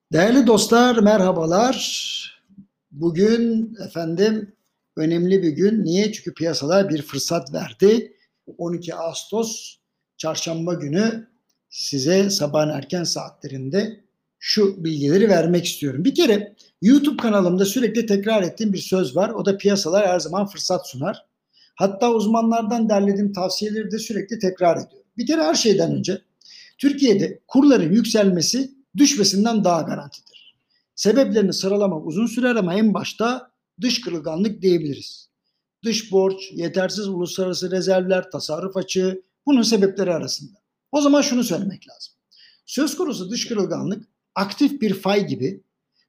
Değerli dostlar, merhabalar. Bugün önemli bir gün. Niye? Çünkü piyasalar bir fırsat verdi. 12 Ağustos Çarşamba günü size sabahın erken saatlerinde şu bilgileri vermek istiyorum. Bir kere YouTube kanalımda sürekli tekrar ettiğim bir söz var. O da piyasalar her zaman fırsat sunar. Hatta uzmanlardan derlediğim tavsiyeleri de sürekli tekrar ediyorum. Bir kere her şeyden önce Türkiye'de kurların yükselmesi düşmesinden daha garantidir. Sebeplerini sıralamak uzun sürer ama en başta dış kırılganlık diyebiliriz. Dış borç, yetersiz uluslararası rezervler, tasarruf açığı bunun sebepleri arasında. O zaman şunu söylemek lazım. Söz konusu dış kırılganlık aktif bir fay gibi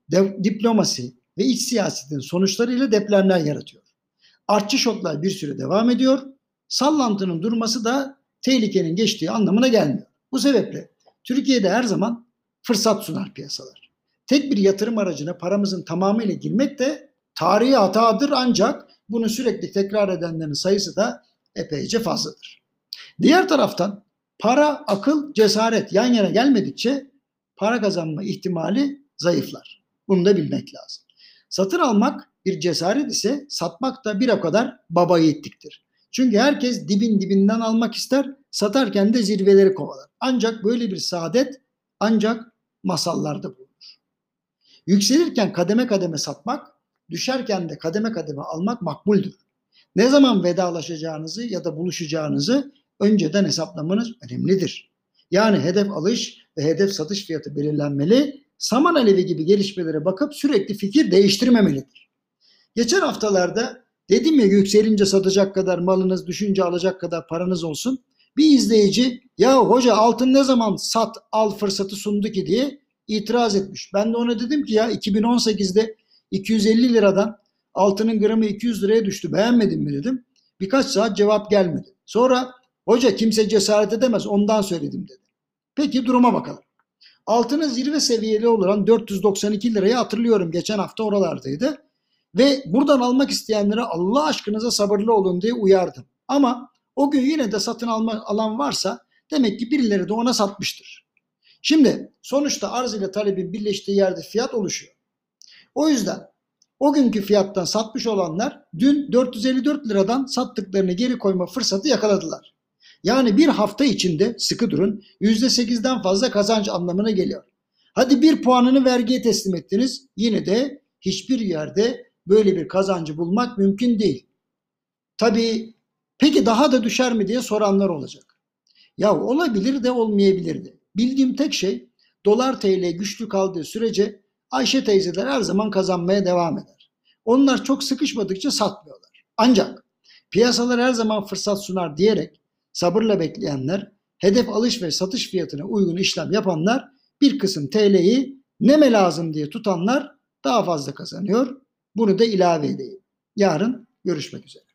diplomasi ve iç siyasetin sonuçlarıyla depremler yaratıyor. Artçı şoklar bir süre devam ediyor. Sallantının durması da tehlikenin geçtiği anlamına gelmiyor. Bu sebeple Türkiye'de her zaman fırsat sunar piyasalar. Tek bir yatırım aracına paramızın tamamıyla girmek de tarihi hatadır, ancak bunu sürekli tekrar edenlerin sayısı da epeyce fazladır. Diğer taraftan para, akıl, cesaret yan yana gelmedikçe para kazanma ihtimali zayıflar. Bunu da bilmek lazım. Satın almak bir cesaret ise satmak da bir o kadar baba yiğitliktir. Çünkü herkes dibinden almak ister, satarken de zirveleri kovalar. Ancak böyle bir saadet ancak masallarda bulunur. Yükselirken kademe kademe satmak, düşerken de kademe kademe almak makbuldür. Ne zaman vedalaşacağınızı ya da buluşacağınızı önceden hesaplamanız önemlidir. Yani hedef alış ve hedef satış fiyatı belirlenmeli, saman alevi gibi gelişmelere bakıp sürekli fikir değiştirmemelidir. Geçen haftalarda dedim ya, yükselince satacak kadar malınız, düşünce alacak kadar paranız olsun. Bir izleyici ya hoca altın ne zaman sat al fırsatı sundu ki diye itiraz etmiş. Ben de ona dedim ki ya 2018'de 250 liradan altının gramı 200 liraya düştü, beğenmedin mi dedim. Birkaç saat cevap gelmedi. Sonra hoca kimse cesaret edemez ondan söyledim dedi. Peki duruma bakalım. Altının zirve seviyeli olan 492 lirayı hatırlıyorum, geçen hafta oralardaydı. Ve buradan almak isteyenlere Allah aşkınıza sabırlı olun diye uyardım. Ama o gün yine de satın alma alan varsa demek ki birileri de ona satmıştır. Şimdi sonuçta arz ile talebin birleştiği yerde fiyat oluşuyor. O yüzden o günkü fiyattan satmış olanlar dün 454 liradan sattıklarını geri koyma fırsatı yakaladılar. Yani bir hafta içinde sıkı durun %8'den fazla kazanç anlamına geliyor. Hadi bir puanını vergiye teslim ettiniz, yine de hiçbir yerde böyle bir kazancı bulmak mümkün değil. Tabii peki daha da düşer mi diye soranlar olacak. Ya olabilir de olmayabilir de. Bildiğim tek şey, dolar TL güçlü kaldığı sürece Ayşe teyzeler her zaman kazanmaya devam eder. Onlar çok sıkışmadıkça satmıyorlar. Ancak piyasalar her zaman fırsat sunar diyerek sabırla bekleyenler, hedef alış ve satış fiyatına uygun işlem yapanlar, bir kısım TL'yi neme lazım diye tutanlar daha fazla kazanıyor. Bunu da ilave edeyim. Yarın görüşmek üzere.